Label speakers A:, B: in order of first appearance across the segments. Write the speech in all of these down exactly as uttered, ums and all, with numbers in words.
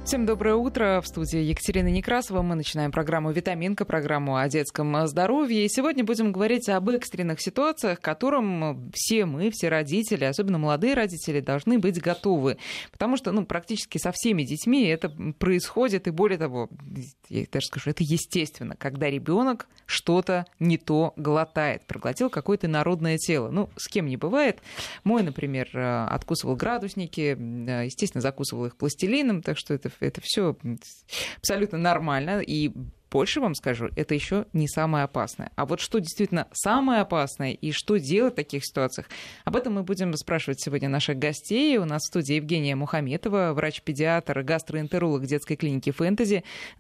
A: Всем доброе утро. В студии Екатерина Некрасова. Мы начинаем программу «Витаминка», программу о детском здоровье. И сегодня будем говорить об экстренных ситуациях, к которым все мы, все родители, особенно молодые родители, должны быть готовы. Потому что ну, практически со всеми детьми это происходит. И более того, я даже скажу, это естественно, когда ребенок что-то не то глотает. Проглотил какое-то инородное тело. Ну, с кем не бывает. Мой, например, откусывал градусники, естественно, закусывал их пластилином, так что это Это все абсолютно нормально. И больше вам скажу, это еще не самое опасное. А вот что действительно самое опасное и что делать в таких ситуациях, об этом мы будем спрашивать сегодня наших гостей. У нас в студии Евгения Мухаметова, врач-педиатр, гастроэнтеролог детской клиники «Фэнтези»,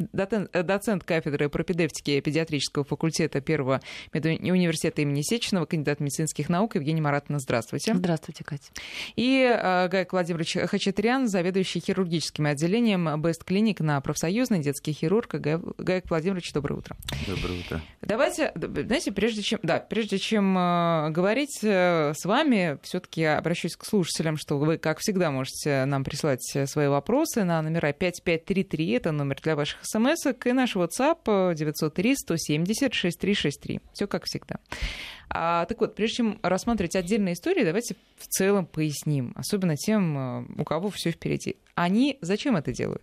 A: доцент кафедры пропедевтики педиатрического факультета Первого медуниверситета имени Сеченова, кандидат медицинских наук. Евгения Маратовна, здравствуйте.
B: Здравствуйте, Катя.
A: И Гайк Владимирович Хачатрян, заведующий хирургическим отделением Best Clinic на Профсоюзной, детский хирург. Гайк Владимирович, доброе утро.
C: Доброе утро.
A: Давайте, знаете, прежде чем, да, прежде чем э, говорить э, с вами, все-таки я обращусь к слушателям, что вы, как всегда, можете нам присылать свои вопросы на номера пять пять три три, это номер для ваших смс-ок, и наш WhatsApp девятьсот три сто семьдесят шестьдесят три шестьдесят три. Все как всегда. А, так вот, прежде чем рассматривать отдельные истории, давайте в целом поясним, особенно тем, у кого все впереди. Они зачем это делают?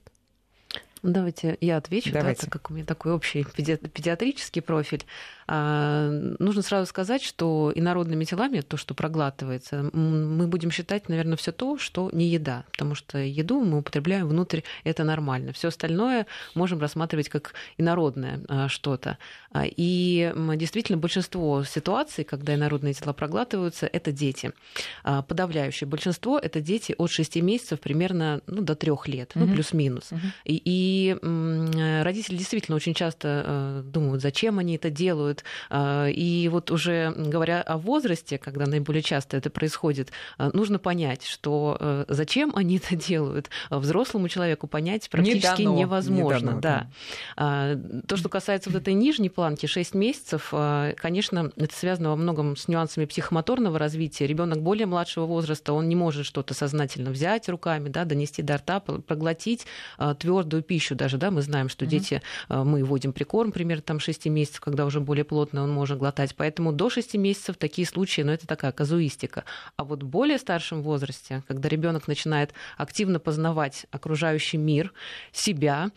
B: Давайте я отвечу, да, так как у меня такой общий педиатрический профиль. А, нужно сразу сказать, что инородными телами, то, что проглатывается, мы будем считать, наверное, все то, что не еда, потому что еду мы употребляем внутрь, это нормально. Все остальное можем рассматривать как инородное а, что-то. А, и действительно большинство ситуаций, когда инородные тела проглатываются, это дети. А, подавляющее большинство это дети от шести месяцев примерно ну, до трёх лет, ну, плюс-минус. Uh-huh. И, и И родители действительно очень часто думают, зачем они это делают. И вот уже говоря о возрасте, когда наиболее часто это происходит, нужно понять, что зачем они это делают, взрослому человеку понять практически не дано, невозможно. Не дано, да. Да. То, что касается вот этой нижней планки, шесть месяцев, конечно, это связано во многом с нюансами психомоторного развития. Ребенок более младшего возраста, он не может что-то сознательно взять руками, да, донести до рта, проглотить твердую пищу. Даже, да, мы знаем, что uh-huh. дети, мы вводим прикорм примерно там шести месяцев, когда уже более плотно он может глотать. Поэтому до шести месяцев такие случаи, ну, это такая казуистика. А вот в более старшем возрасте, когда ребенок начинает активно познавать окружающий мир, себя,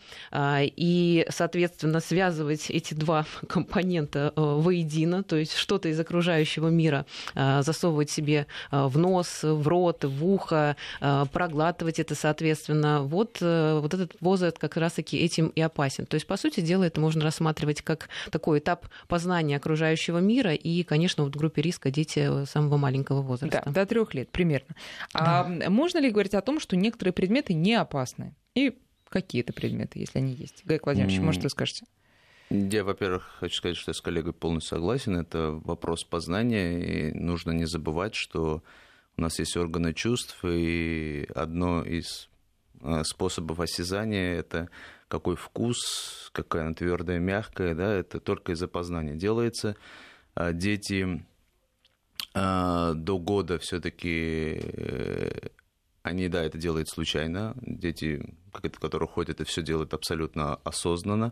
B: и, соответственно, связывать эти два компонента воедино, то есть что-то из окружающего мира засовывать себе в нос, в рот, в ухо, проглатывать это, соответственно, вот, вот этот возраст как раз-таки этим и опасен. То есть, по сути дела, это можно рассматривать как такой этап познания окружающего мира и, конечно, вот в группе риска дети самого маленького возраста.
A: Да, до трех лет примерно. Да. А можно ли говорить о том, что некоторые предметы не опасны? И какие-то предметы, если они есть? Гайк Владимирович, mm. может, вы скажете?
C: Я, во-первых, хочу сказать, что я с коллегой полностью согласен. Это вопрос познания, и нужно не забывать, что у нас есть органы чувств, и одно из способов осязания — это какой вкус, какая она твердая, мягкая, да, это только из-за познания делается. Дети до года все-таки они, да, это делают случайно. Дети, которые ходят, это все делают абсолютно осознанно.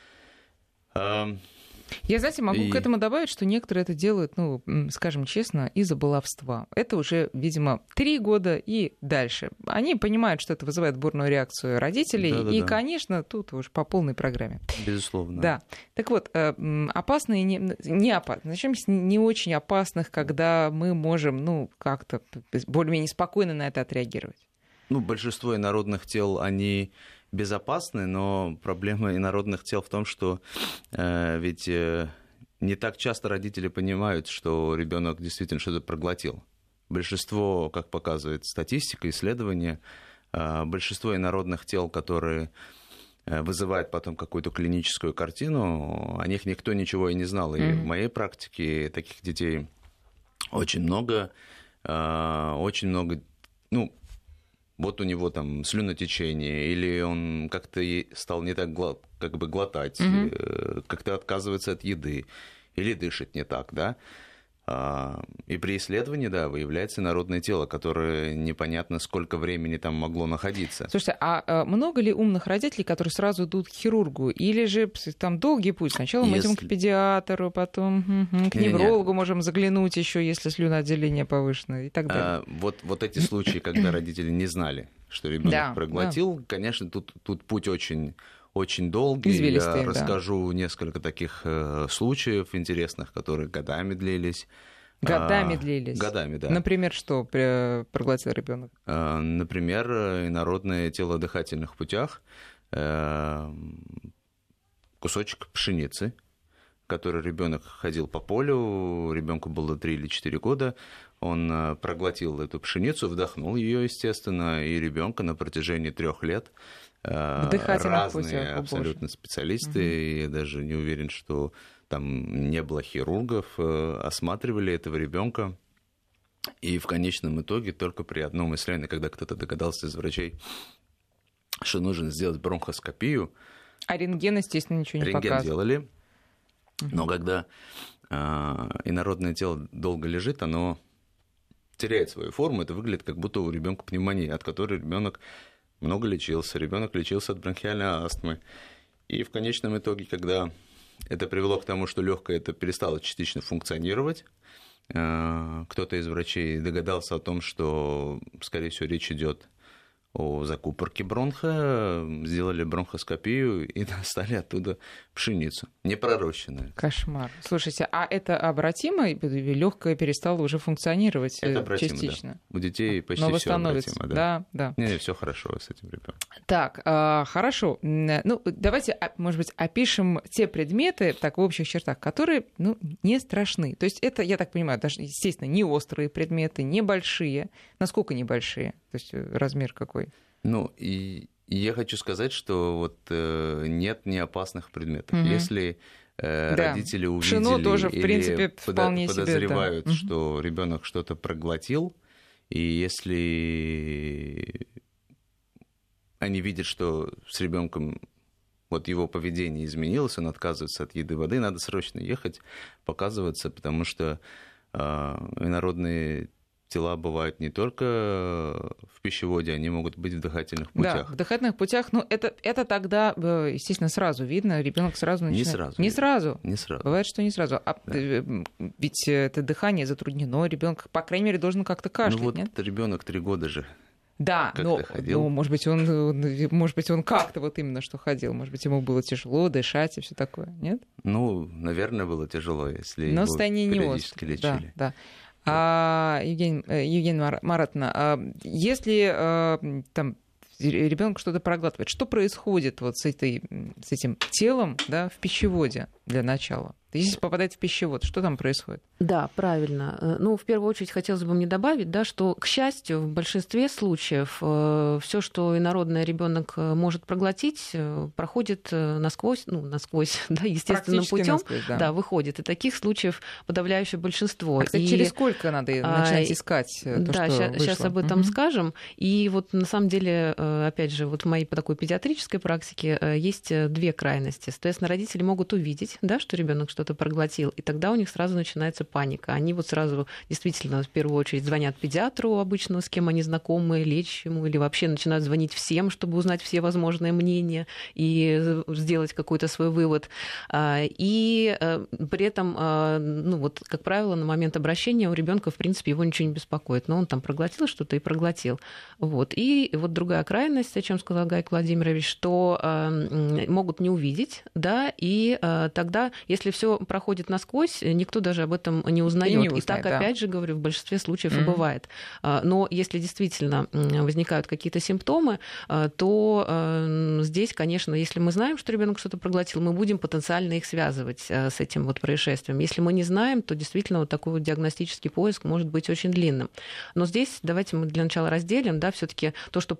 A: Я, знаете, могу и... к этому добавить, что некоторые это делают, ну, скажем честно, из-за баловства. Это уже, видимо, три года и дальше. Они понимают, что это вызывает бурную реакцию родителей, да, да, и, да. конечно, тут уж по полной программе.
C: Безусловно.
A: Да. Так вот, опасные, не, не опасные. Начнем с не очень опасных, когда мы можем, ну, как-то более-менее спокойно на это отреагировать.
C: Ну, большинство инородных тел, они безопасны, но проблема инородных тел в том, что э, ведь э, не так часто родители понимают, что ребенок действительно что-то проглотил. Большинство, как показывает статистика, исследования, э, большинство инородных тел, которые э, вызывают потом какую-то клиническую картину, о них никто ничего и не знал. И mm-hmm. в моей практике таких детей очень много, э, очень много, ну, вот у него там слюнотечение, или он как-то стал не так как бы глотать, mm-hmm. как-то отказывается от еды, или дышит не так, да. И при исследовании, да, выявляется инородное тело, которое непонятно сколько времени там могло находиться.
A: Слушайте, а много ли умных родителей, которые сразу идут к хирургу? Или же там долгий путь? Сначала мы если... идем к педиатру, потом угу, к неврологу можем заглянуть еще, если слюноотделение повышено и так далее.
C: А, вот, вот эти случаи, когда родители не знали, что ребенок да, проглотил, да. конечно, тут, тут путь очень... очень долгий.
A: Извилистый,
C: Я
A: да.
C: расскажу несколько таких э, случаев интересных, которые годами длились.
A: Годами
C: а,
A: длились?
C: Годами, да.
A: Например, что проглотил ребенок?
C: А, например, инородное тело в дыхательных путях, э, кусочек пшеницы, который ребенок ходил по полю, ребенку было три или четыре года, он проглотил эту пшеницу, вдохнул ее, естественно, и ребенка на протяжении трех лет разные
A: путях,
C: абсолютно специалисты, угу. я даже не уверен, что там не было хирургов, осматривали этого ребенка, и в конечном итоге только при одном исследовании, когда кто-то догадался из врачей, что нужно сделать бронхоскопию.
A: А рентген, естественно, ничего не
C: рентген
A: показывает.
C: Рентген делали, угу. но когда э, инородное тело долго лежит, оно теряет свою форму, это выглядит как будто у ребенка пневмония, от которой ребенок много лечился, ребенок лечился от бронхиальной астмы. И в конечном итоге, когда это привело к тому, что легкое это перестало частично функционировать, кто-то из врачей догадался о том, что, скорее всего, речь идет о закупорке бронха, сделали бронхоскопию и достали оттуда пшеницу, непророщенную.
A: Кошмар. Слушайте, а это обратимо? Легкое перестало уже функционировать
C: это обратимо,
A: частично?
C: Да. У детей почти все обратимо. Да,
A: да. да.
C: Не, все хорошо с этим ребенком.
A: Так, хорошо. Ну, давайте, может быть, опишем те предметы, так, в общих чертах, которые, ну, не страшны. То есть это, я так понимаю, даже, естественно, не острые предметы, не большие. Насколько небольшие? То есть размер какой?
C: Ну, и я хочу сказать, что вот э, нет неопасных предметов. Угу. Если э, да. родители увидели
A: Пшено тоже, в
C: или
A: принципе, вполне
C: подозревают,
A: себе, да.
C: что ребенок что-то проглотил, и если они видят, что с ребенком вот его поведение изменилось, он отказывается от еды, воды, надо срочно ехать, показываться, потому что э, инородные тела бывают не только в пищеводе, они могут быть в дыхательных путях.
A: Да, в дыхательных путях, ну, это, это тогда, естественно, сразу видно, ребенок сразу начинает...
C: Не сразу.
A: Не сразу.
C: Не сразу.
A: Бывает, что не сразу. А да. Ведь это дыхание затруднено, ребенок, по крайней мере, должен как-то кашлять,
C: ну, вот
A: нет?
C: ребенок три года же.
A: Да, но, но может быть, он, может быть, он как-то вот именно что ходил. Может быть, ему было тяжело дышать и все такое, нет?
C: Ну, наверное, было тяжело, если
A: но
C: его
A: состояние
C: периодически
A: не
C: лечили.
A: Да, да. А, Евгения, Евгения Маратовна, а если а, там ребенок что-то проглатывает, что происходит вот с, этой, с этим телом, да, в пищеводе для начала? Если попадает в пищевод, что там происходит?
B: Да, правильно. Ну, в первую очередь, хотелось бы мне добавить, да, что, к счастью, в большинстве случаев все, что инородный ребенок может проглотить, проходит насквозь, ну, насквозь, да, естественным путем, да. да, выходит. И таких случаев подавляющее большинство.
A: А, кстати,
B: и...
A: через сколько надо начинать искать то,
B: да,
A: что
B: ща,
A: вышло?
B: Сейчас об этом
A: угу.
B: скажем. И вот на самом деле, опять же, вот в моей такой педиатрической практике есть две крайности. Соответственно, родители могут увидеть, да, что ребенок что-то проглотил, и тогда у них сразу начинается паника. Они вот сразу действительно в первую очередь звонят педиатру обычно, с кем они знакомы, лечащему, или вообще начинают звонить всем, чтобы узнать все возможные мнения и сделать какой-то свой вывод. И при этом, ну вот, как правило, на момент обращения у ребенка в принципе, его ничего не беспокоит, но он там проглотил что-то и проглотил. Вот. И вот другая крайность, о чем сказал Гайк Владимирович, что могут не увидеть, да, и тогда, если все проходит насквозь, никто даже об этом не узнает. И, не узнает, и так, да. опять же, говорю, в большинстве случаев mm-hmm. и бывает. Но если действительно возникают какие-то симптомы, то здесь, конечно, если мы знаем, что ребенок что-то проглотил, мы будем потенциально их связывать с этим вот происшествием. Если мы не знаем, то действительно вот такой вот диагностический поиск может быть очень длинным. Но здесь давайте мы для начала разделим, да, все-таки то, что проглатывает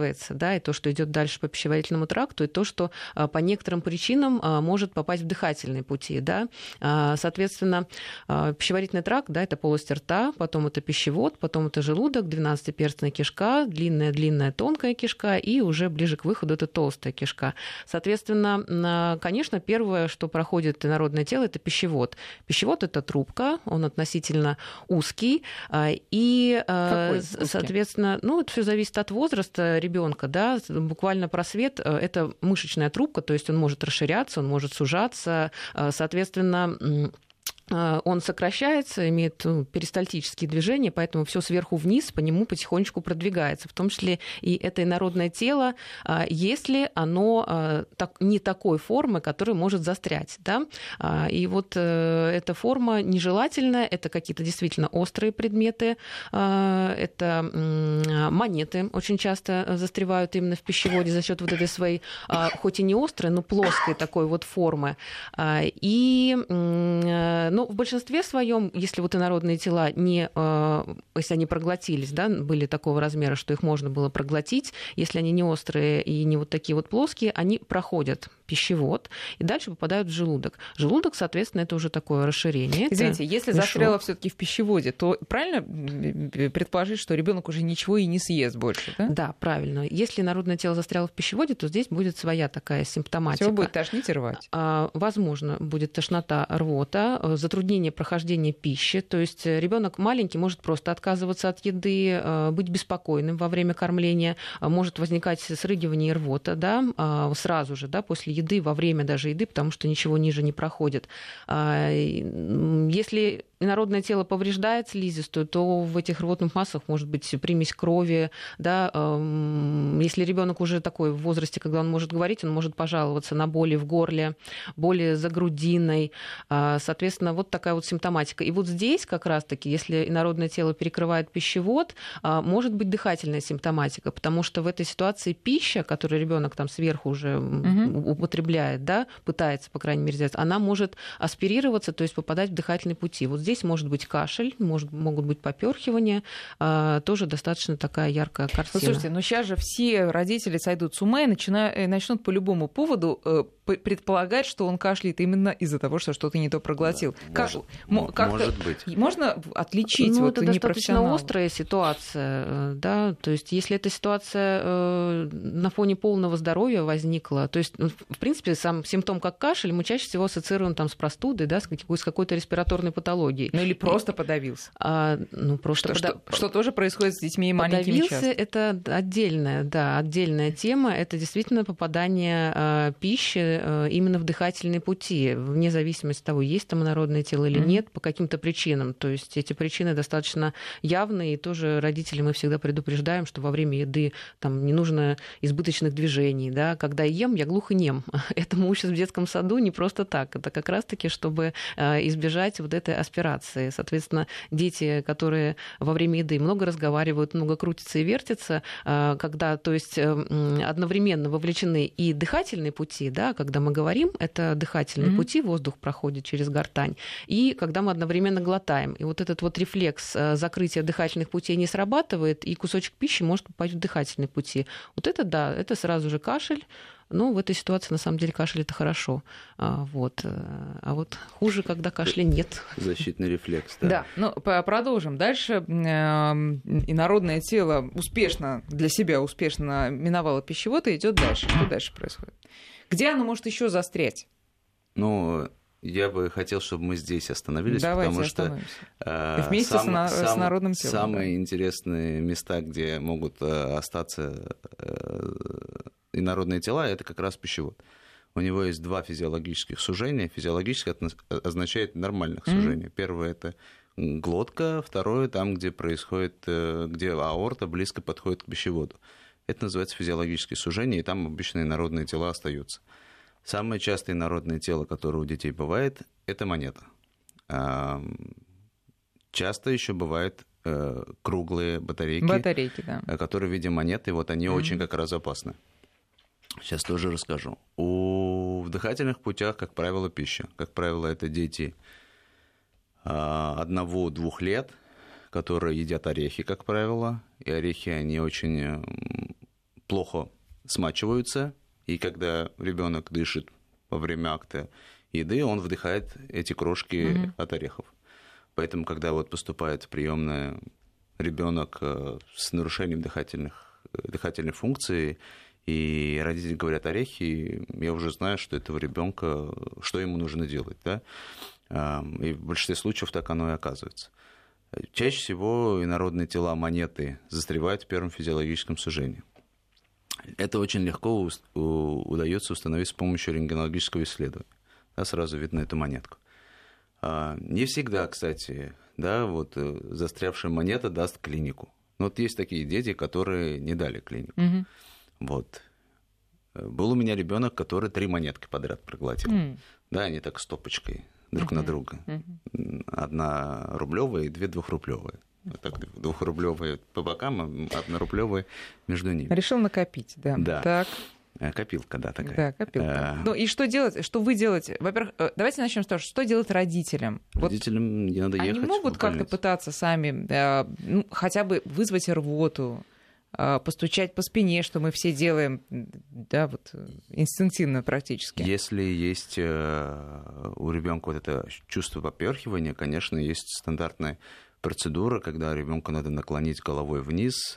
B: проглатывается, да, и то, что идет дальше по пищеварительному тракту, и то, что по некоторым причинам может попасть в дыхательные пути, да. Соответственно, пищеварительный тракт, да, это полость рта, потом это пищевод, потом это желудок, двенадцатиперстная кишка, длинная-длинная тонкая кишка, и уже ближе к выходу это толстая кишка. Соответственно, конечно, первое, что проходит инородное тело, это пищевод. Пищевод — это трубка, он относительно узкий, и,
A: Какой
B: соответственно, узкий? Ну, это все зависит от возраста ребенка, да, буквально просвет — это мышечная трубка, то есть он может расширяться, он может сужаться, соответственно, он сокращается, имеет перистальтические движения, поэтому все сверху вниз по нему потихонечку продвигается, в том числе и это инородное тело, если оно не такой формы, которая может застрять. Да? И вот эта форма нежелательная, это какие-то действительно острые предметы, это монеты очень часто застревают именно в пищеводе за счет вот этой своей, хоть и не острой, но плоской такой вот формы. И, ну, в большинстве своем, если вот инородные тела не, если они проглотились, да, были такого размера, что их можно было проглотить, если они не острые и не вот такие вот плоские, они проходят пищевод и дальше попадают в желудок. Желудок, соответственно, это уже такое расширение.
A: Извините, если
B: мешок.
A: застряло все-таки в пищеводе, то правильно предположить, что ребенок уже ничего и не съест больше, да?
B: Да, правильно. Если инородное тело застряло в пищеводе, то здесь будет своя такая симптоматика.
A: Всё будет тошнить и рвать.
B: Возможно, будет тошнота, рвота, затруднение прохождения пищи. То есть ребенок маленький может просто отказываться от еды, быть беспокойным во время кормления, может возникать срыгивание и рвота, да, сразу же, да, после еды, во время даже еды, потому что ничего ниже не проходит. Если инородное тело повреждает слизистую, то в этих рвотных массах может быть примесь крови. Да? Если ребенок уже такой в возрасте, когда он может говорить, он может пожаловаться на боли в горле, боли за грудиной. Соответственно, вот такая вот симптоматика. И вот здесь как раз-таки, если инородное тело перекрывает пищевод, может быть дыхательная симптоматика, потому что в этой ситуации пища, которую ребенок там сверху уже угу. употребляет, да, пытается, по крайней мере, сделать, она может аспирироваться, то есть попадать в дыхательные пути. Вот здесь Здесь может быть кашель, может, могут быть попёрхивания, а, тоже достаточно такая яркая картина.
A: Ну, слушайте, но сейчас же все родители сойдут с ума и начинают, начнут по любому поводу э, предполагать, что он кашляет именно из-за того, что что-то не то проглотил.
C: Да,
A: как,
C: может,
A: как
C: может быть.
A: Можно отличить
B: ну,
A: вот
B: это достаточно острая
A: ситуация,
B: да, то есть если эта ситуация э, на фоне полного здоровья возникла, то есть, в принципе, сам симптом как кашель мы чаще всего ассоциируем там с простудой, да, с, какой- с какой-то респираторной патологией.
A: Ну или просто подавился.
B: А, ну, просто
A: что,
B: пода...
A: что, что тоже происходит с детьми и маленькими
B: подавился,
A: часто.
B: это отдельная, да, отдельная тема. Это действительно попадание э, пищи э, именно в дыхательные пути, вне зависимости от того, есть там инородное тело или mm-hmm. нет, по каким-то причинам. То есть эти причины достаточно явные, и тоже родители мы всегда предупреждаем, что во время еды там не нужно избыточных движений. Да? Когда я ем, я глух и нем. Этому учат в детском саду не просто так. Это как раз-таки, чтобы э, избежать вот этой аспирации. Соответственно, дети, которые во время еды много разговаривают, много крутятся и вертятся, когда, то есть, одновременно вовлечены и дыхательные пути, да, когда мы говорим, это дыхательные mm-hmm. пути, воздух проходит через гортань, и когда мы одновременно глотаем. И вот этот вот рефлекс закрытия дыхательных путей не срабатывает, и кусочек пищи может попасть в дыхательные пути. Вот это, да, это сразу же кашель. Ну, в этой ситуации, на самом деле, кашель — это хорошо. А вот, а вот хуже, когда кашля нет.
C: Защитный рефлекс, да.
A: Да, ну, продолжим. Дальше инородное тело успешно, для себя успешно миновало пищевод и идет дальше. Что дальше происходит? Где оно может еще застрять?
C: Ну, я бы хотел, чтобы мы здесь остановились,
A: Давайте
C: потому
A: остановимся.
C: что
A: и вместе
C: сам,
A: с, на,
C: сам,
A: с народным телом.
C: Самые
A: да.
C: интересные места, где могут остаться инородные тела, это как раз пищевод. У него есть два физиологических сужения. Физиологическое означает нормальных mm-hmm. сужения. Первое — это глотка, второе — там, где происходит, где аорта близко подходит к пищеводу. Это называется физиологические сужения, и там обычно инородные тела остаются. Самое частое инородное тело, которое у детей бывает, это монета. Часто еще бывают круглые батарейки,
A: батарейки да.
C: которые в виде монеты, вот они mm-hmm. очень как раз опасны. Сейчас тоже расскажу. У... В дыхательных путях, как правило, пища. Как правило, это дети одного-двух лет, которые едят орехи, как правило. И орехи, они очень плохо смачиваются, и когда ребенок дышит во время акта еды, он вдыхает эти крошки mm-hmm. от орехов. Поэтому, когда вот поступает в приемную ребенок с нарушением дыхательных, дыхательной функции, и родители говорят орехи, я уже знаю, что этого ребенка, что ему нужно делать, да? И в большинстве случаев так оно и оказывается. Чаще всего инородные тела монеты застревают в первом физиологическом сужении. Это очень легко удается установить с помощью рентгенологического исследования. Да, сразу видно эту монетку. Не всегда, кстати, да, вот застрявшая монета даст клинику. Но вот есть такие дети, которые не дали клинику. Угу. Вот. Был у меня ребенок, который три монетки подряд проглотил. Mm. Да, они так стопочкой друг uh-huh. на друга. Uh-huh. Одна рублевая и две двухрублевые. Вот так, двухрублевые по бокам, а однорублевые между ними.
A: Решил накопить, да.
C: Да.
A: Так.
C: Копилка, да, такая.
A: Да, копилка. А... Ну и что делать? Что вы делаете? Во-первых, давайте начнем с того, что делать родителям.
C: Родителям вот не надо ехать.
A: Они могут как-то пытаться сами, ну, хотя бы вызвать рвоту, постучать по спине, что мы все делаем, да, вот инстинктивно практически.
C: Если есть у ребенка вот это чувство поперхивания, конечно, есть стандартная процедура, когда ребенку надо наклонить головой вниз,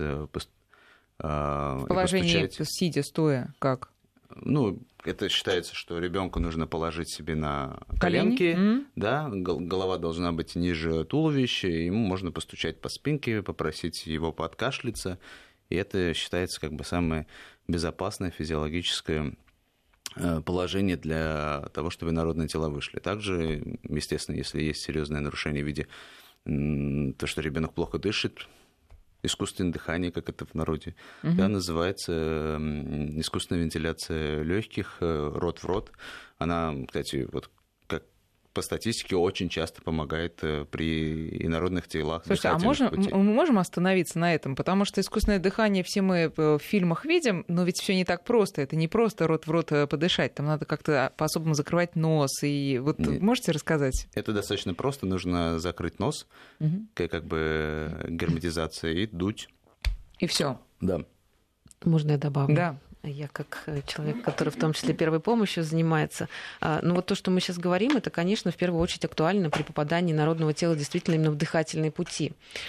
A: в положении сидя, стоя, как?
C: Ну, это считается, что ребенку нужно положить себе на коленки, mm-hmm. да, голова должна быть ниже туловища, ему можно постучать по спинке, попросить его пооткашляться. И это считается как бы самое безопасное физиологическое положение для того, чтобы инородные тела вышли. Также, естественно, если есть серьезное нарушение в виде того, что ребенок плохо дышит, искусственное дыхание, как это в народе, угу. да, называется искусственная вентиляция легких, рот в рот. Она, кстати, вот по статистике очень часто помогает при инородных телах.
A: Слушайте, а можем, мы можем остановиться на этом? Потому что искусственное дыхание все мы в фильмах видим, но ведь все не так просто. Это не просто рот в рот подышать. Там надо как-то по-особому закрывать нос. И вот Нет. можете рассказать?
C: Это достаточно просто. Нужно закрыть нос, угу. как бы герметизация, и дуть.
A: И все.
C: Да.
B: Можно я добавлю?
A: Да.
B: Я как человек, который в том числе первой помощью занимается. Ну вот то, что мы сейчас говорим, это, конечно, в первую очередь актуально при попадании инородного тела действительно именно в дыхательные пути.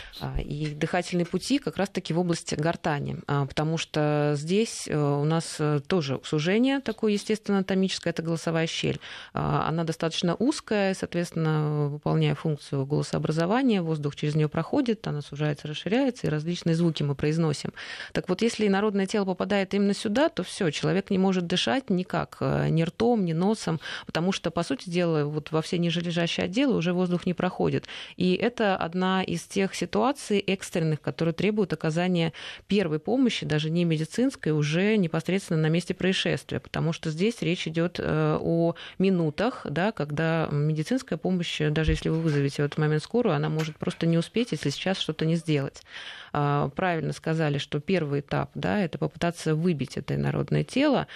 B: И дыхательные пути как раз-таки в области гортани, потому что здесь у нас тоже сужение такое, естественно, анатомическое, это голосовая щель. Она достаточно узкая, соответственно, выполняя функцию голосообразования, воздух через нее проходит, она сужается, расширяется, и различные звуки мы произносим. Так вот, если инородное тело попадает именно сюда, то все, человек не может дышать никак, ни ртом, ни носом, потому что, по сути дела, вот во все нижележащие отделы уже воздух не проходит. И это одна из тех ситуаций экстренных, которые требуют оказания первой помощи, даже не медицинской, уже непосредственно на месте происшествия, потому что здесь речь идет о минутах, да, когда медицинская помощь, даже если вы вызовете в этот момент скорую, она может просто не успеть, если сейчас что-то не сделать. Правильно сказали, что первый этап, да, это попытаться выбить это инородное тело,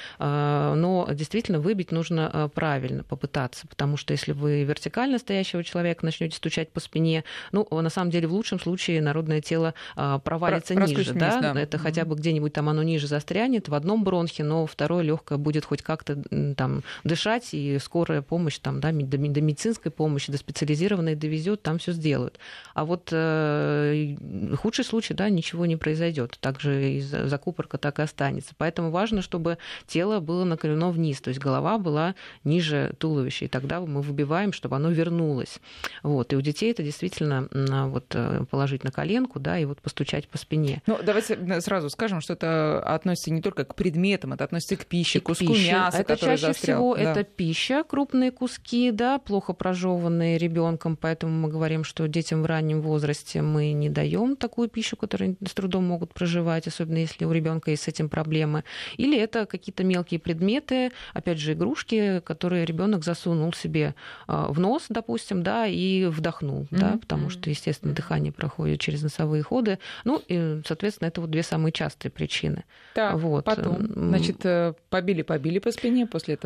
B: но действительно выбить нужно правильно, попытаться, потому что если вы вертикально стоящего человека начнете стучать по спине, ну, на самом деле, в лучшем случае инородное тело провалится Про, ниже, да? да, это mm-hmm. хотя бы где-нибудь там оно ниже застрянет, в одном бронхе, но второе легкое будет хоть как-то там дышать, и скорая помощь, там, да, до медицинской помощи, до специализированной довезет, там все сделают. А вот э, худший случай, да, ничего не произойдет. Также и закупорка так и останется. Поэтому важно, чтобы тело было наколено вниз, то есть голова была ниже туловища, и тогда мы выбиваем, чтобы оно вернулось. Вот. И у детей это действительно вот, положить на коленку, да, и вот постучать по спине.
A: Ну, давайте сразу скажем, что это относится не только к предметам, это относится и к пище,
B: и
A: к куску
B: пище.
A: мяса,
B: это
A: который
B: чаще
A: застрял.
B: всего да. это пища, крупные куски, да, плохо прожеванные ребенком, поэтому мы говорим, что детям в раннем возрасте мы не даем такую пищу, которую с трудом могут проживать, особенно если у ребенка есть с этим проблемы. Или это какие-то мелкие предметы, опять же, игрушки, которые ребенок засунул себе в нос, допустим, да, и вдохнул, mm-hmm. да, потому что, естественно, дыхание проходит через носовые ходы. Ну, и, соответственно, это вот две самые частые причины.
A: Так,
B: вот.
A: потом, значит, побили-побили по спине после этого?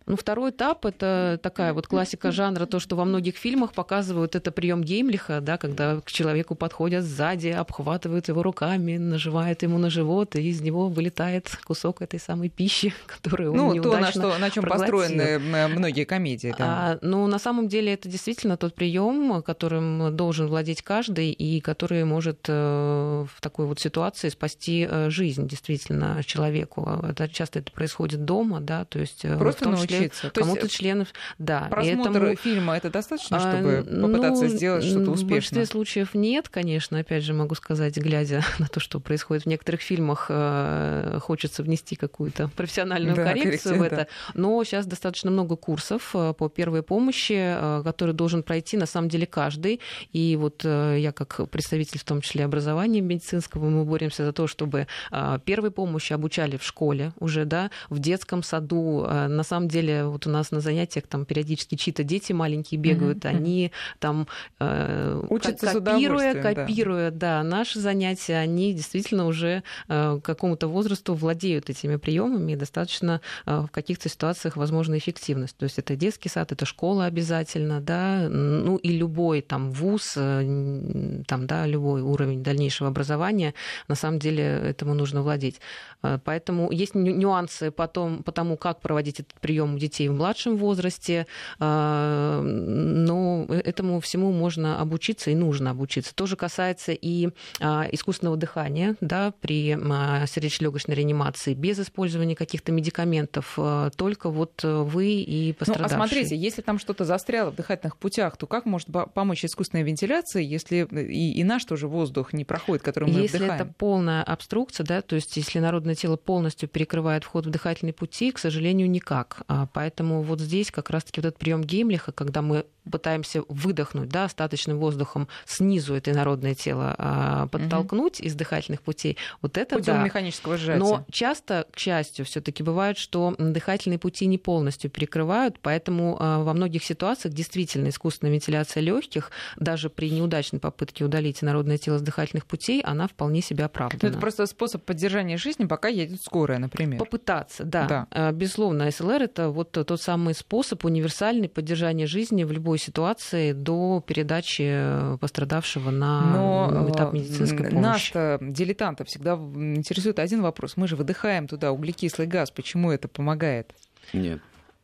B: Ну, второй этап — это такая вот классика жанра, то, что во многих фильмах показывают, это прием Геймлиха, да, когда к человеку подходят сзади, обхватывают его руками, нажимают ему на живот, и из него вылетает кусок этой самой пищи, которую он
A: ну,
B: неудачно
A: то, на, что, на чем построены многие комедии. Да.
B: А, ну, на самом деле это действительно тот прием, которым должен владеть каждый, и который может в такой вот ситуации спасти жизнь действительно человеку. Это, часто это происходит дома, да, то есть
A: просто
B: в том
A: научиться.
B: числе кому-то членов, да.
A: Просмотр этому... фильма — это достаточно, чтобы попытаться ну, сделать что-то успешное?
B: В большинстве случаев нет, конечно. Опять же, могу сказать, глядя на то, что происходит в некоторых фильмах, хочется внести какую-то профессиональную да, коррекцию в это. Да. Но сейчас достаточно много курсов по первой помощи, которые должен пройти на самом деле каждый. И вот я как представитель, в том числе образования медицинского, мы боремся за то, чтобы первой помощи обучали в школе уже, да, в детском саду. На самом деле, вот у нас на занятиях там периодически чьи-то дети маленькие бегают, mm-hmm. они там э,
A: учатся
B: копируя, копируя, да. да, наши занятия, они действительно уже э, к какому-то возрасту владеют этими приемами, и достаточно э, в каких-то ситуациях возможна эффективность. То есть это детский сад, это школа обязательно, да, ну и любой там вуз, э, там, да, любой уровень дальнейшего образования, на самом деле этому нужно владеть. Поэтому есть нюансы потом, по тому, как проводить этот прием у детей в младшем возрасте, но этому всему можно обучиться и нужно обучиться. То же касается и искусственного дыхания, да, при сердечно-легочной реанимации, без использования каких-то медикаментов, только вот вы и пострадавшие.
A: Ну, а смотрите, если там что-то застряло в дыхательных путях, то как может помочь искусственная вентиляция, если и, и наш тоже воздух не проходит, который мы
B: если
A: вдыхаем?
B: Если это полная обструкция, да, то есть если народное тело полностью перекрывает вход в дыхательные пути, к сожалению, никак. Поэтому вот здесь как раз-таки вот этот прием Геймлиха, когда мы пытаемся выдохнуть, да, остаточным воздухом снизу это инородное тело подтолкнуть угу. из дыхательных путей, вот это
A: путем
B: да.
A: механического сжатия.
B: Но часто, к счастью, все-таки бывает, что дыхательные пути не полностью перекрывают, поэтому во многих ситуациях действительно искусственная вентиляция легких, даже при неудачной попытке удалить инородное тело с дыхательных путей, она вполне себе оправдана.
A: Но это просто способ поддержания жизни, пока едет скорая, например.
B: Попытаться, да. да. Безусловно, СЛР — это вот тот самый способ универсальный поддержания жизни в любой ситуации до передачи пострадавшего на Но этап медицинской помощи.
A: Нас-то, дилетантов, всегда интересует один вопрос. Мы же выдыхаем туда углекислый газ. Почему это помогает?
C: Нет.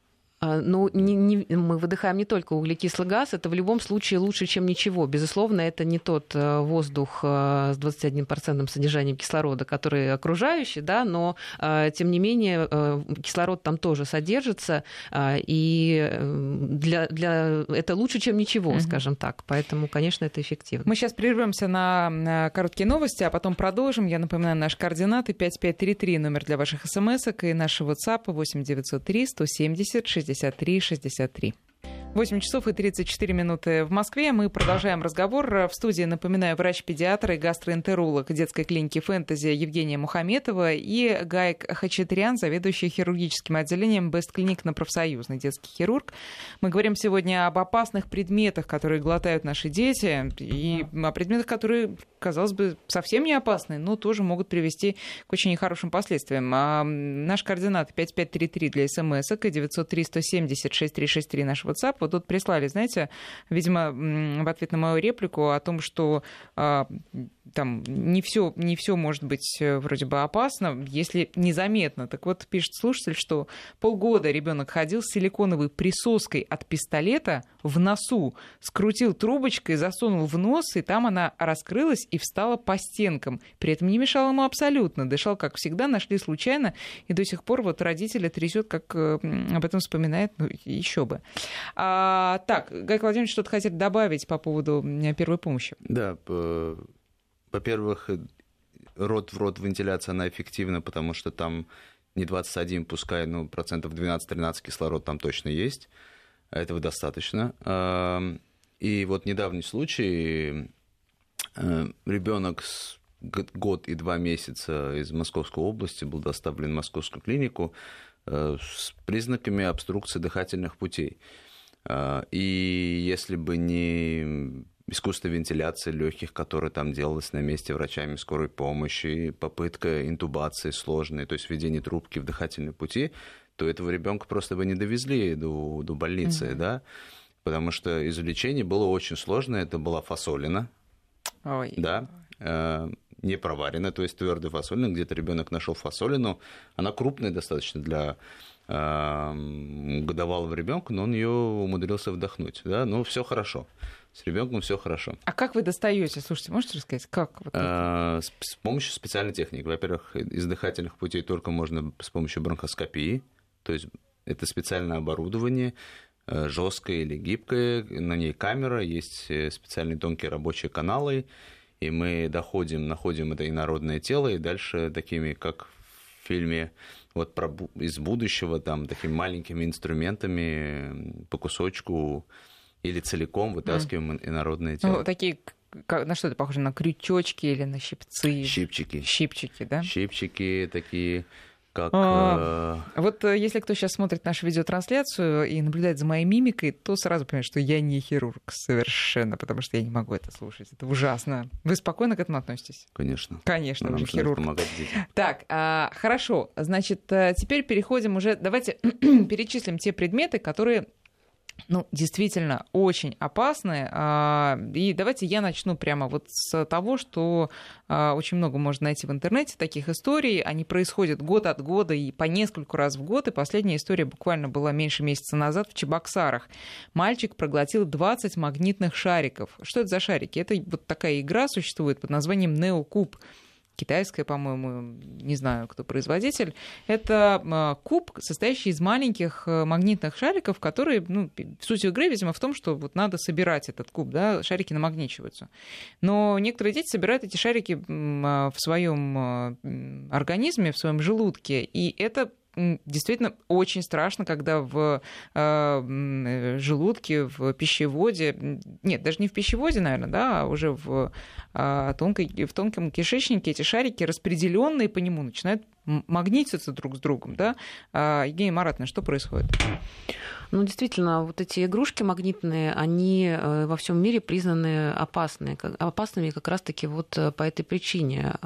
B: Ну, не, не, мы выдыхаем не только углекислый газ, это в любом случае лучше, чем ничего. Безусловно, это не тот воздух с двадцать одним процентом содержанием кислорода, который окружающий, да, но, тем не менее, кислород там тоже содержится, и для, для... это лучше, чем ничего, mm-hmm. скажем так. Поэтому, конечно, это эффективно.
A: Мы сейчас прервемся на короткие новости, а потом продолжим. Я напоминаю, наши координаты пять пять три три, номер для ваших смс-ок, и наш WhatsApp восемь девятьсот три сто семьдесят шестьдесят три шестьдесят три. восемь часов и тридцать четыре минуты в Москве. Мы продолжаем разговор. В студии, напоминаю, врач-педиатр и гастроэнтеролог детской клиники «Фэнтези» Евгения Мухаметова и Гаик Хачатрян, заведующий хирургическим отделением Best Clinic на Профсоюзный, детский хирург. Мы говорим сегодня об опасных предметах, которые глотают наши дети, и о предметах, которые, казалось бы, совсем не опасны, но тоже могут привести к очень нехорошим последствиям. А наш координат пять пять три три для смс-ок и девятьсот три сто семьдесят шестьдесят три шестьдесят три наш WhatsApp. Вот тут прислали, знаете, видимо, в ответ на мою реплику о том, что а, там не все, не все может быть вроде бы опасно, если незаметно. Так вот, пишет слушатель, что полгода ребенок ходил с силиконовой присоской от пистолета в носу, скрутил трубочкой, засунул в нос, и там она раскрылась и встала по стенкам. При этом не мешал ему абсолютно. Дышал, как всегда, нашли случайно, и до сих пор вот родителя трясет, как об этом вспоминает, ну, еще бы. А, так, Гай Владимирович, что-то хотели добавить по поводу первой помощи?
C: Да, во-первых, рот в рот вентиляция, она эффективна, потому что там не двадцать один, пускай, ну, процентов двенадцать-тринадцать кислород там точно есть. Этого достаточно. И вот недавний случай, ребенок с год и два месяца из Московской области был доставлен в Московскую клинику с признаками обструкции дыхательных путей. И если бы не искусственная вентиляция легких, которая там делалась на месте врачами скорой помощи, попытка интубации сложной, то есть введение трубки в дыхательные пути, то этого ребенка просто бы не довезли до, до больницы, mm-hmm. да, потому что извлечение было очень сложное, это была фасолина,
A: Ой.
C: да, э, не проваренная, то есть твердая фасолина, где-то ребенок нашел фасолину, она крупная достаточно для э, годовалого ребенка, но он ее умудрился вдохнуть, да, ну все хорошо. С ребенком все хорошо.
A: А как вы достаете? Слушайте, можете рассказать, как? Вот
C: а, с, с помощью специальной техники. Во-первых, из дыхательных путей только можно с помощью бронхоскопии. То есть это специальное оборудование, жесткое или гибкое. На ней камера, есть специальные тонкие рабочие каналы. И мы доходим, находим это инородное тело, и дальше такими, как в фильме вот про, из будущего, там, такими маленькими инструментами по кусочку или целиком вытаскиваем mm. инородное тело.
A: Ну, такие, как, на что это похоже, на крючочки или на щипцы?
C: Щипчики.
A: Щипчики, да?
C: Щипчики такие, как...
A: А, э... Вот если кто сейчас смотрит нашу видеотрансляцию и наблюдает за моей мимикой, то сразу понимает, что я не хирург совершенно, потому что я не могу это слушать. Это ужасно. Вы спокойно к этому относитесь?
C: Конечно.
A: Конечно,
C: Нам
A: вы хирург.
C: Помогать детям.
A: Так, а, хорошо. Значит, теперь переходим уже... Давайте перечислим те предметы, которые... Ну, действительно, очень опасны. И давайте я начну прямо вот с того, что очень много можно найти в интернете таких историй. Они происходят год от года и по нескольку раз в год. И последняя история буквально была меньше месяца назад в Чебоксарах. Мальчик проглотил двадцать магнитных шариков. Что это за шарики? Это вот такая игра существует под названием Неокуб. Китайская, по-моему, не знаю, кто производитель. Это куб, состоящий из маленьких магнитных шариков, которые, ну, суть игры, видимо, в том, что вот надо собирать этот куб, да, шарики намагничиваются. Но некоторые дети собирают эти шарики в своем организме, в своем желудке, и это действительно очень страшно, когда в э, желудке, в пищеводе, нет, даже не в пищеводе, наверное, да, а уже в, э, тонкой, в тонком кишечнике эти шарики, распределенные по нему, начинают магнититься друг с другом, да. Евгения Маратовна, что происходит?
B: Ну, действительно, вот эти игрушки магнитные, они во всем мире признаны опасными, опасными как раз-таки вот по этой причине.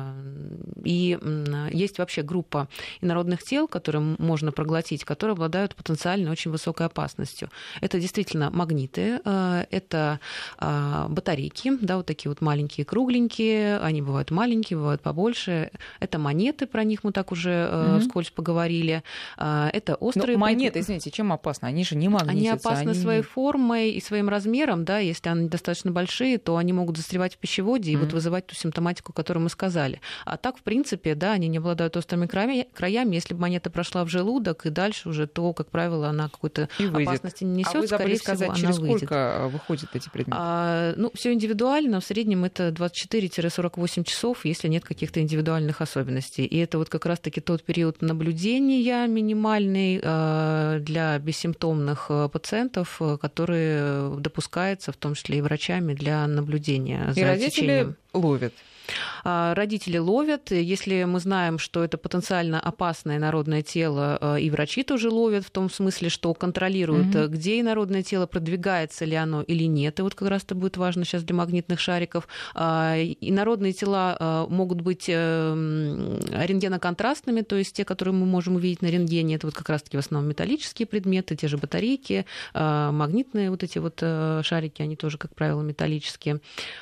B: И есть вообще группа инородных тел, которые можно проглотить, которые обладают потенциально очень высокой опасностью. Это действительно магниты, это батарейки, да, вот такие вот маленькие, кругленькие, они бывают маленькие, бывают побольше. Это монеты, про них мы так уже mm-hmm. вскользь поговорили. Это острые...
A: Но монеты, извините, чем опасны? Они же не магнитятся.
B: Они опасны
A: они...
B: своей формой и своим размером, да, если они достаточно большие, то они могут застревать в пищеводе и mm-hmm. вот вызывать ту симптоматику, которую мы сказали. А так, в принципе, да, они не обладают острыми краями. Если бы монета прошла в желудок и дальше уже, то, как правило, она какой-то опасности не несет.
A: А вы забыли
B: скорее
A: сказать,
B: всего,
A: через
B: она выйдет.
A: Сколько выходят эти предметы?
B: А, ну, все индивидуально. В среднем это двадцать четыре - сорок восемь часов, если нет каких-то индивидуальных особенностей. И это вот как раз-таки тот период наблюдения минимальный для бессимптомных пациентов, которые допускаются, в том числе и врачами, для наблюдения за
A: и родители
B: течением.
A: Ловят.
B: Родители ловят. Если мы знаем, что это потенциально опасное инородное тело, и врачи тоже ловят, в том смысле, что контролируют, mm-hmm. где инородное тело, продвигается ли оно или нет. И вот как раз это будет важно сейчас для магнитных шариков. Инородные тела могут быть рентгеноконтрастными, то есть те, которые мы можем увидеть на рентгене. Это вот как раз-таки в основном металлические предметы, те же батарейки, магнитные вот эти вот шарики, они тоже, как правило, металлические.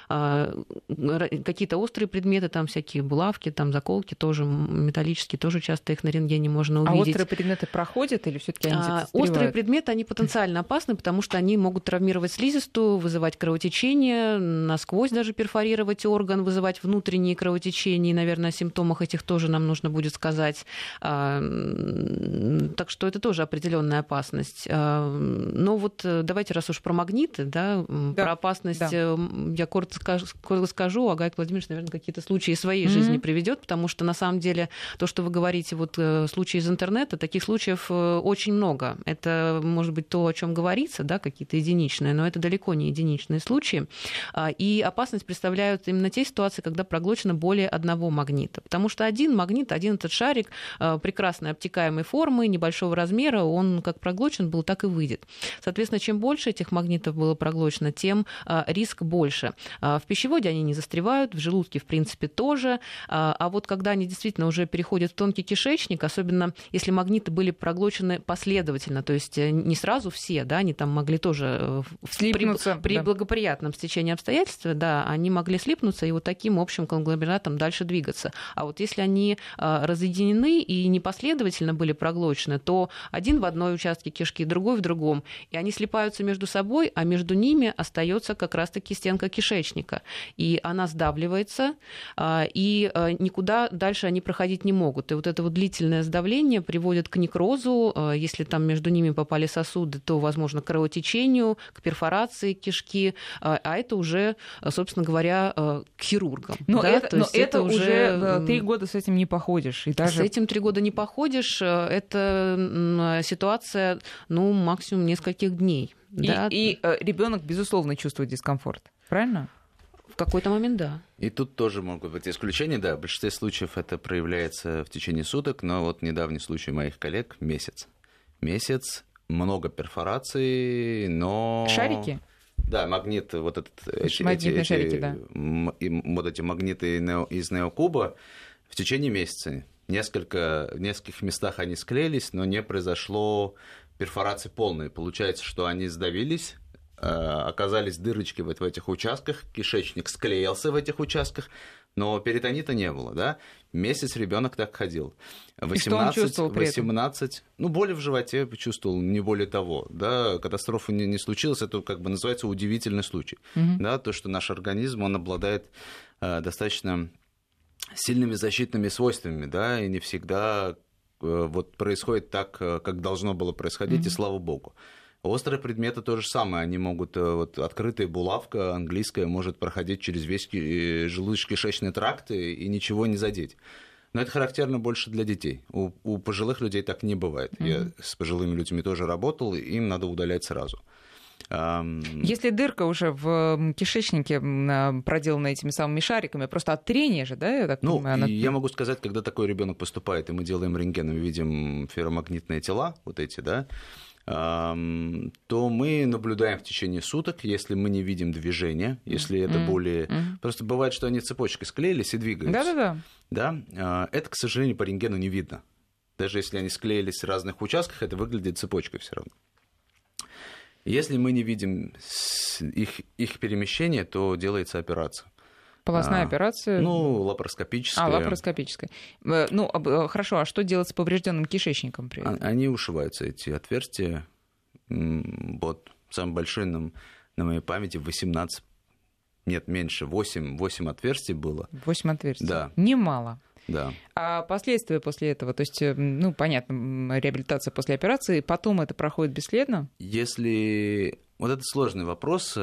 B: Какие-то острые предметы, там всякие булавки, там заколки тоже металлические, тоже часто их на рентгене можно увидеть.
A: А острые предметы проходят или все-таки они
B: а, Острые предметы, они потенциально опасны, потому что они могут травмировать слизистую, вызывать кровотечение, насквозь даже перфорировать орган, вызывать внутренние кровотечения, и, наверное, о симптомах этих тоже нам нужно будет сказать. А, так что это тоже определенная опасность. А, но вот давайте, раз уж про магниты, да, да. про опасность, да. я коротко скажу, коротко скажу, а Гай Владимирович, наверное, какие-то случаи своей mm-hmm. жизни приведет, потому что на самом деле то, что вы говорите, вот случаи из интернета, таких случаев очень много. Это может быть то, о чем говорится, да, какие-то единичные, но это далеко не единичные случаи. И опасность представляют именно те ситуации, когда проглочено более одного магнита. Потому что один магнит, один этот шарик прекрасной обтекаемой формы, небольшого размера, он как проглочен был, так и выйдет. Соответственно, чем больше этих магнитов было проглочено, тем риск больше. В пищеводе они не застревают, в желудке кишки, в принципе, тоже. А вот когда они действительно уже переходят в тонкий кишечник, особенно если магниты были проглочены последовательно, то есть не сразу все, да, они там могли тоже
A: слипнуться,
B: при, при
A: да.
B: благоприятном стечении обстоятельств, да, они могли слипнуться и вот таким общим конгломератом дальше двигаться. А вот если они разъединены и непоследовательно были проглочены, то один в одной участке кишки, другой в другом, и они слипаются между собой, а между ними остается как раз-таки стенка кишечника. И она сдавливается, и никуда дальше они проходить не могут. И вот это вот длительное сдавление приводит к некрозу. Если там между ними попали сосуды, то, возможно, к кровотечению, к перфорации кишки, а это уже, собственно говоря, к хирургам.
A: Но,
B: да?
A: это,
B: то
A: но
B: есть
A: это,
B: это
A: уже три года с этим не походишь. И даже...
B: С этим три года не походишь. Это ситуация, ну, максимум нескольких дней.
A: И,
B: да?
A: и ребенок, безусловно, чувствует дискомфорт. Правильно?
B: В какой-то момент, да.
C: И тут тоже могут быть исключения, да. В большинстве случаев это проявляется в течение суток, но вот недавний случай моих коллег — месяц. Месяц, много перфораций, но...
A: Шарики?
C: Да, магнит, вот этот... Эти,
A: магнитные
C: эти,
A: шарики,
C: эти,
A: да.
C: Вот эти магниты из неокуба в течение месяца. Несколько, в нескольких местах они склеились, но не произошло перфорации полной. Получается, что они сдавились, оказались дырочки вот в этих участках, кишечник склеился в этих участках, но перитонита не было, да? Месяц ребенок так ходил. восемнадцать, восемнадцать, ну, боли в животе почувствовал, не более того, да? Катастрофы не, не случилось, это как бы называется удивительный случай, угу. да? То, что наш организм, он обладает э, достаточно сильными защитными свойствами, да, и не всегда э, вот происходит так, как должно было происходить, угу. и слава богу. Острые предметы то же самое, они могут, вот открытая булавка английская может проходить через весь желудочно-кишечный тракт и, и ничего не задеть. Но это характерно больше для детей. У, у пожилых людей так не бывает. Mm-hmm. Я с пожилыми людьми тоже работал, и им надо удалять сразу.
A: Если дырка уже в кишечнике проделана этими самыми шариками, просто от трения же, да? Я так
C: ну,
A: понимаю, она...
C: я могу сказать, когда такой ребенок поступает, и мы делаем рентген, и видим ферромагнитные тела, вот эти, да, то мы наблюдаем в течение суток, если мы не видим движения, если это mm-hmm. более... Mm-hmm. Просто бывает, что они цепочкой склеились и двигаются.
A: Да-да-да.
C: Да? Это, к сожалению, по рентгену не видно. Даже если они склеились в разных участках, это выглядит цепочкой все равно. Если мы не видим их, их перемещение, то делается операция.
A: Полостная а, операция?
C: Ну, лапароскопическая.
A: А, лапароскопическая. Ну, хорошо, а что делать с поврежденным кишечником при этом?
C: Они ушиваются, эти отверстия. Вот, самый большой на, на моей памяти восемнадцать, нет, меньше, восемь, восемь отверстий было.
A: восемь отверстий?
C: Да.
A: Немало.
C: Да.
A: А последствия после этого? То есть, ну, понятно, реабилитация после операции, потом это проходит бесследно?
C: Если... Вот это сложный вопрос.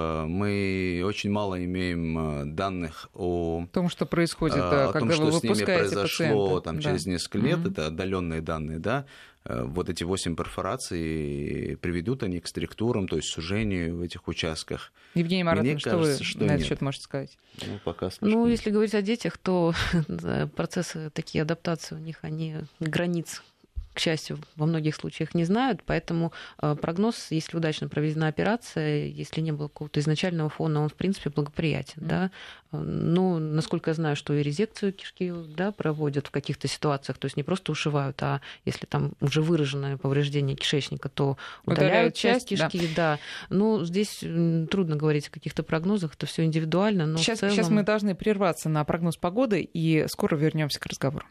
C: Мы очень мало имеем данных о
A: том, что происходит,
C: о
A: когда
C: том,
A: вы
C: что
A: выпускаете
C: с ними произошло
A: пациента.
C: Там,
A: да.
C: через несколько лет. Mm-hmm. Это отдаленные данные, да. Вот эти восемь перфораций, приведут они к структурам, то есть сужению в этих участках.
A: Евгения Маратовна, что кажется, вы что на этот счет можете сказать?
C: Ну, пока
B: ну, если говорить о детях, то процессы такие адаптации у них, они границ, к счастью, во многих случаях не знают, поэтому прогноз, если удачно проведена операция, если не было какого-то изначального фона, он, в принципе, благоприятен. Mm-hmm. Да? Ну, насколько я знаю, что и резекцию кишки, да, проводят в каких-то ситуациях, то есть не просто ушивают, а если там уже выраженное повреждение кишечника, то удаляют, удаляют часть кишки. Да. Да. Ну, здесь трудно говорить о каких-то прогнозах, это все индивидуально, но
A: сейчас,
B: в целом...
A: Сейчас мы должны прерваться на прогноз погоды, и скоро вернемся к разговору.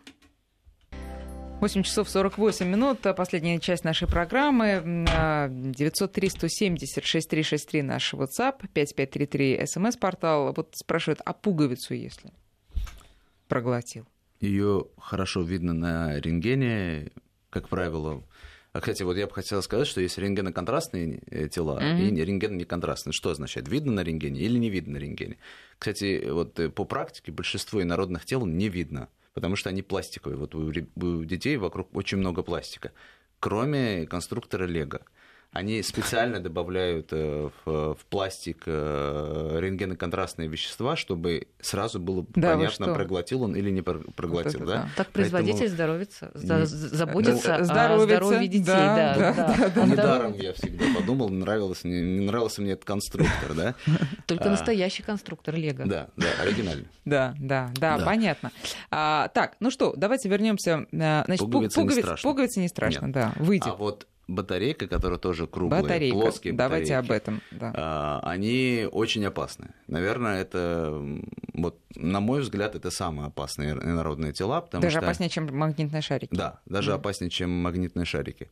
A: восемь часов сорок восемь минут, последняя часть нашей программы. девятьсот три сто семьдесят шестьдесят три шестьдесят три наш WhatsApp, пять пять три три СМС-портал. Вот спрашивают, а пуговицу если проглотил?
C: Ее хорошо видно на рентгене, как правило. А, кстати, вот я бы хотел сказать, что есть рентгеноконтрастные тела mm-hmm. и рентгенонеконтрастные. Что означает? Видно на рентгене или не видно на рентгене? Кстати, вот по практике большинство инородных тел не видно, потому что они пластиковые. Вот у детей вокруг очень много пластика, кроме конструктора Лего. Они специально добавляют в, в пластик рентгеноконтрастные вещества, чтобы сразу было да, понятно, проглотил он или не проглотил. Вот да?
B: Да. Так производитель Поэтому... здоровится, не... заботится о здоровье детей. Да, да,
C: да, да, да. Недаром я всегда подумал, нравилось, не, не нравился мне этот конструктор. Да?
B: Только а... настоящий конструктор Лего.
C: Да, да, оригинальный.
A: Да, да, да, да. Понятно. А, так, ну что, давайте вернемся. Значит,
C: пуговица,
A: пуговица
C: не страшно.
A: Пуговица не страшно, Нет. да, выйдет.
C: А вот батарейка, которая тоже круглая,
A: Батарейка.
C: плоские
A: Давайте
C: батарейки,
A: об этом. Да.
C: Они очень опасны. Наверное, это, вот, на мой взгляд, это самые опасные инородные тела. Потому
A: даже
C: что...
A: опаснее, чем магнитные шарики.
C: Да, даже mm. опаснее, чем магнитные шарики.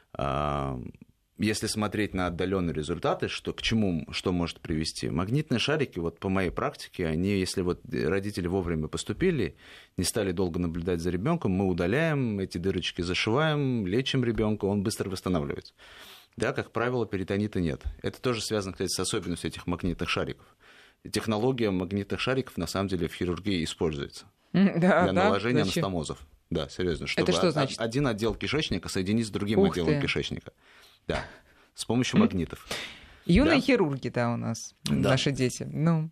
C: Если смотреть на отдаленные результаты, что, к чему, что может привести? Магнитные шарики, вот по моей практике, они, если вот родители вовремя поступили, не стали долго наблюдать за ребенком, мы удаляем эти дырочки, зашиваем, лечим ребенка, он быстро восстанавливается. Да, как правило, перитонита нет. Это тоже связано, кстати, с особенностью этих магнитных шариков. Технология магнитных шариков на самом деле в хирургии используется
A: да,
C: для
A: да,
C: наложения
A: зачем?
C: анастомозов. Да, серьезно. Чтобы
A: Это что значит?
C: Один отдел кишечника соединить с другим
A: Ух
C: отделом
A: ты.
C: кишечника. Да, с помощью магнитов.
A: Юные
C: да?
A: хирурги, да, у нас, да. наши дети. Ну.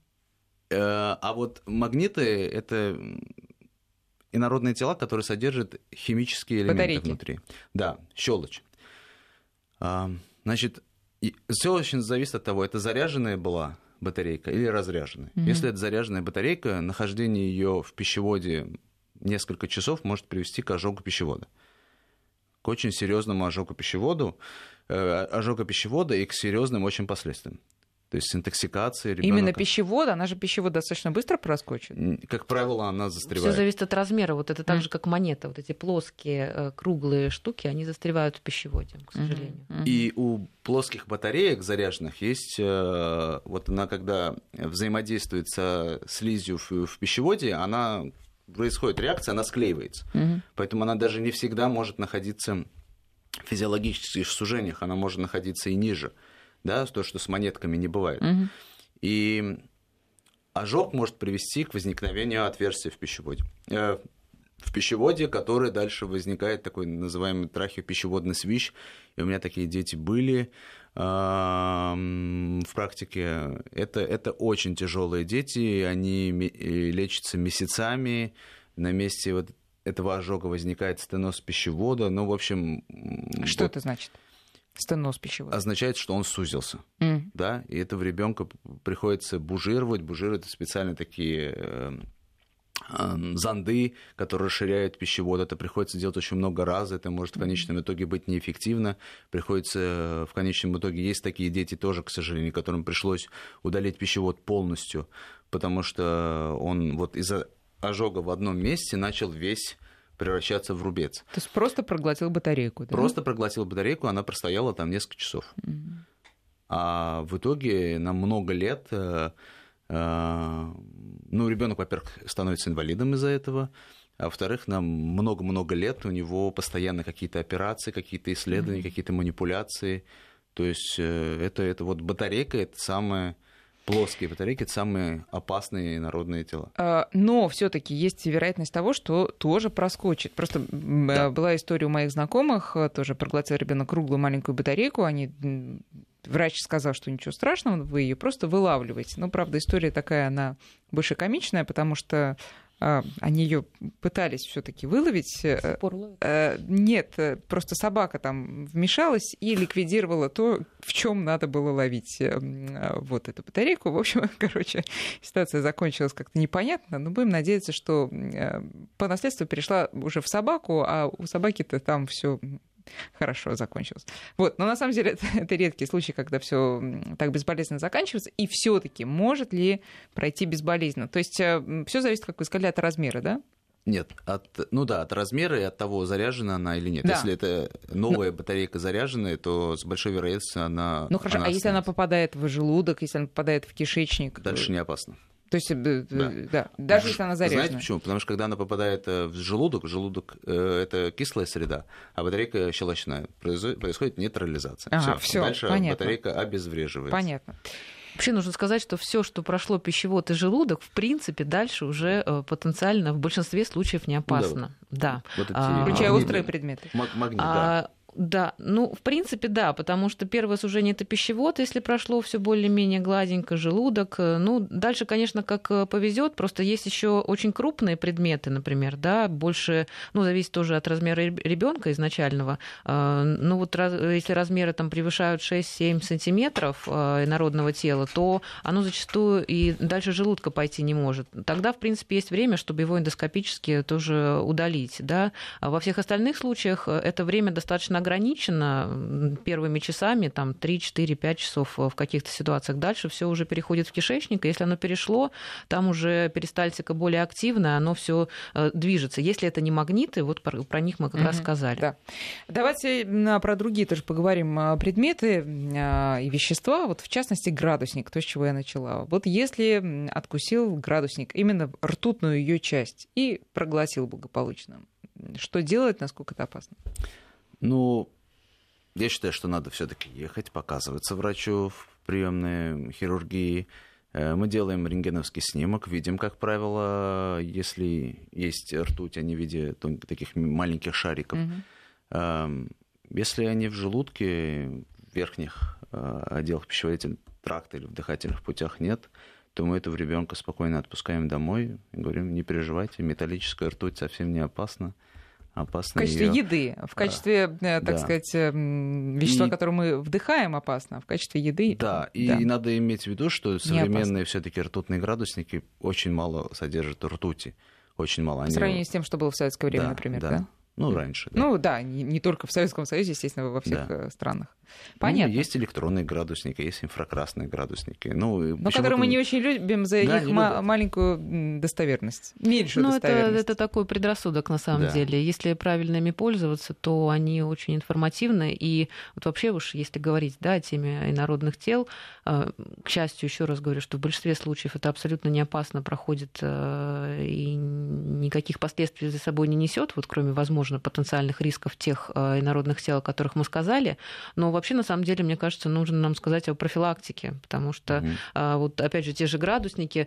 C: А вот магниты — это инородные тела, которые содержат химические элементы
A: Батарейки.
C: Внутри. Да, щелочь. Значит, щелочь зависит от того, это заряженная была батарейка или разряженная. Mm-hmm. Если это заряженная батарейка, нахождение ее в пищеводе несколько часов может привести к ожогу пищевода. К очень серьезному ожогу пищеводу, э, ожогу пищевода и к серьезным очень последствиям. То есть с интоксикацией ребенка.
A: Именно пищевод, она же пищевод достаточно быстро проскочит.
C: Как правило, она застревает.
B: Все зависит от размера. Вот это так же, как монета. Вот эти плоские круглые штуки, они застревают в пищеводе, к сожалению.
A: Mm-hmm.
C: И у плоских батареек заряженных есть, вот она когда взаимодействует со слизью в, в пищеводе, она происходит реакция, она склеивается. Mm-hmm. Поэтому она даже не всегда может находиться в физиологических сужениях, она может находиться и ниже. Да, то, что с монетками не бывает. Mm-hmm. И ожог может привести к возникновению отверстия в пищеводе. Э, в пищеводе, который дальше возникает такой называемый трахеопищеводный свищ. И у меня такие дети были э, в практике. Это, это очень тяжелые дети, они лечатся месяцами. На месте вот этого ожога возникает стеноз пищевода. Ну, в общем...
A: Что
C: вот...
A: это значит? Стеноз пищевода.
C: Означает, что он сузился.
A: Mm.
C: Да? И этого ребенка приходится бужировать. Бужировать — это специально такие э, э, зонды, которые расширяют пищевод. Это приходится делать очень много раз. Это может в конечном итоге быть неэффективно. Приходится в конечном итоге... Есть такие дети тоже, к сожалению, которым пришлось удалить пищевод полностью, потому что он вот из-за ожога в одном месте начал весь превращаться в рубец.
A: То есть просто проглотил батарейку, да?
C: Просто проглотил батарейку, она простояла там несколько часов. Mm-hmm. А в итоге на много лет, э, э, ну, ребенок, во-первых, становится инвалидом из-за этого, а во-вторых, на много-много лет у него постоянно какие-то операции, какие-то исследования, mm-hmm. какие-то манипуляции. То есть э, это, это вот батарейка, это самое... Плоские батарейки — это самые опасные инородные тела.
A: Но все-таки есть вероятность того, что тоже проскочит. Просто да. была история у моих знакомых, тоже проглотил ребенок круглую маленькую батарейку. Они... Врач сказал, что ничего страшного, вы ее просто вылавливаете. Но, правда, история такая, она больше комичная, потому что они ее пытались все-таки выловить. Нет, просто собака там вмешалась и ликвидировала то, в чем надо было ловить вот эту батарейку. В общем, короче, ситуация закончилась как-то непонятно, но будем надеяться, что по наследству перешла уже в собаку, а у собаки-то там все хорошо закончилось. Вот, но на самом деле это, это редкий случай, когда все так безболезненно заканчивается, и все-таки может ли пройти безболезненно? То есть все зависит, как вы сказали, от размера, да?
C: Нет, от, ну да, от размера и от того, заряжена она или нет. Да. Если это новая Но... батарейка заряженная, то с большой вероятностью она...
A: Ну хорошо,
C: она
A: а если она попадает в желудок, если она попадает в кишечник?
C: Дальше не опасно.
A: То есть, да, да. даже если она заряжена.
C: Знаете почему? Потому что когда она попадает в желудок, желудок — это кислая среда, а батарейка щелочная, происходит нейтрализация.
A: Ага,
C: всё.
A: Всё,
C: дальше
A: понятно.
C: Батарейка обезвреживается.
A: Понятно.
B: Вообще нужно сказать, что все, что прошло пищевод и желудок, в принципе, дальше уже потенциально в большинстве случаев не опасно.
C: Ну, да.
B: Да.
C: Вот эти
A: а, включая острые предметы.
C: Магнит,
B: а,
C: да.
B: Да, ну, в принципе, да, потому что первое сужение — это пищевод, если прошло все более-менее гладенько, желудок. Ну, дальше, конечно, как повезет, просто есть еще очень крупные предметы, например, да, больше, ну, зависит тоже от размера ребенка изначального. Ну, вот если размеры там превышают шесть-семь сантиметров инородного тела, то оно зачастую и дальше желудка пойти не может. Тогда, в принципе, есть время, чтобы его эндоскопически тоже удалить, да. А во всех остальных случаях это время достаточно ограничено первыми часами, там три, четыре, пять часов в каких-то ситуациях. Дальше все уже переходит в кишечник, и если оно перешло, там уже перистальтика более активная, оно все движется. Если это не магниты, вот про, про них мы как mm-hmm. раз сказали.
A: Да. Давайте про другие тоже поговорим предметы и вещества, вот в частности градусник, то, с чего я начала. Вот если откусил градусник, именно ртутную ее часть, и проглотил благополучно, что делать, насколько это опасно?
C: Ну, я считаю, что надо все-таки ехать, показываться врачу в приемной хирургии. Мы делаем рентгеновский снимок, видим, как правило, если есть ртуть, они в виде таких маленьких шариков. Mm-hmm. Если они в желудке, в верхних отделах пищеводительного тракта или в дыхательных путях нет, то мы этого ребенка спокойно отпускаем домой и говорим: не переживайте, металлическая ртуть совсем не опасна. Опасно
A: в качестве
C: её...
A: еды, в качестве, так да. сказать, вещества, и... которое мы вдыхаем, опасно, а в качестве еды.
C: Да, и да. надо иметь в виду, что современные все-таки ртутные градусники очень мало содержат ртути, очень мало.
A: По сравнению Они... с тем, что было в советское время,
C: да,
A: например,
C: да?
A: да?
C: Ну, раньше, да.
A: Ну, да, не, не только в Советском Союзе, естественно, во всех да. странах. Понятно.
C: Ну, есть электронные градусники, есть инфракрасные градусники. Ну,
A: но которые мы не очень любим за да, их ма- маленькую достоверность, меньшую
B: ну,
A: достоверность.
B: Это, это такой предрассудок, на самом да. деле. Если правильно ими пользоваться, то они очень информативны. И вот вообще уж, если говорить да, о теме инородных тел, к счастью, еще раз говорю, что в большинстве случаев это абсолютно не опасно, проходит и никаких последствий за собой не несет, вот кроме, возможно, потенциальных рисков тех инородных тел, о которых мы сказали. Но вообще, на самом деле, мне кажется, нужно нам сказать о профилактике, потому что, mm-hmm. вот опять же, те же градусники,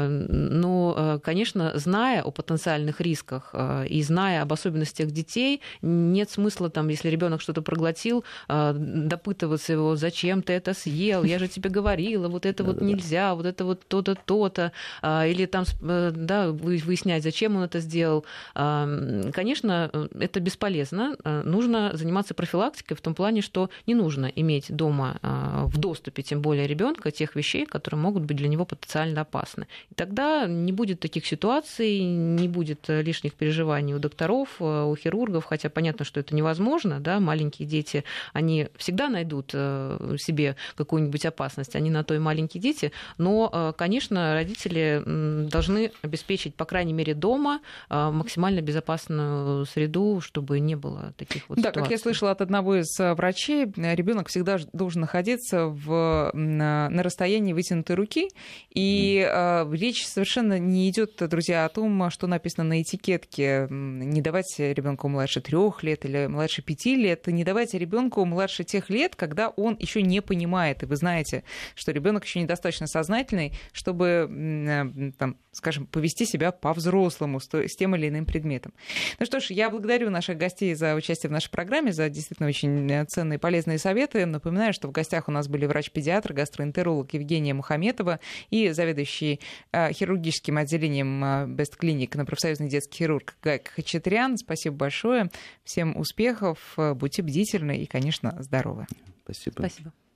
B: ну, конечно, зная о потенциальных рисках и зная об особенностях детей, нет смысла, там, если ребенок что-то проглотил, допытываться его: зачем ты это съел, я же тебе говорила, вот это вот нельзя, вот это вот то-то, то-то, или там, да, выяснять, зачем он это сделал. Конечно, это бесполезно, нужно заниматься профилактикой в том плане, что не нужно иметь дома в доступе, тем более ребенка, тех вещей, которые могут быть для него потенциально опасны. И тогда не будет таких ситуаций, не будет лишних переживаний у докторов, у хирургов, хотя понятно, что это невозможно, да, маленькие дети, они всегда найдут себе какую-нибудь опасность, они на то и маленькие дети, но, конечно, родители должны обеспечить, по крайней мере, дома максимально безопасную среду, чтобы не было таких вот
A: да,
B: ситуаций.
A: Как я слышала от одного из врачей, ребенок всегда должен находиться в, на, на расстоянии вытянутой руки, и mm. э, речь совершенно не идет, друзья, о том, что написано на этикетке. Не давать ребенку младше трех лет или младше пяти лет, не давайте ребенку младше тех лет, когда он еще не понимает. И вы знаете, что ребенок еще недостаточно сознательный, чтобы, э, там, скажем, повести себя по-взрослому с, с тем или иным предметом. Ну что ж, я благодарю наших гостей за участие в нашей программе, за действительно очень ценные и полезные советы. Напоминаю, что в гостях у нас были врач-педиатр, гастроэнтеролог Евгения Мухаметова и заведующий э, хирургическим отделением э, Best Clinic на профсоюзный детский хирург Гайк Хачатрян. Спасибо большое. Всем успехов, будьте бдительны и, конечно, здоровы.
C: Спасибо.
B: Спасибо.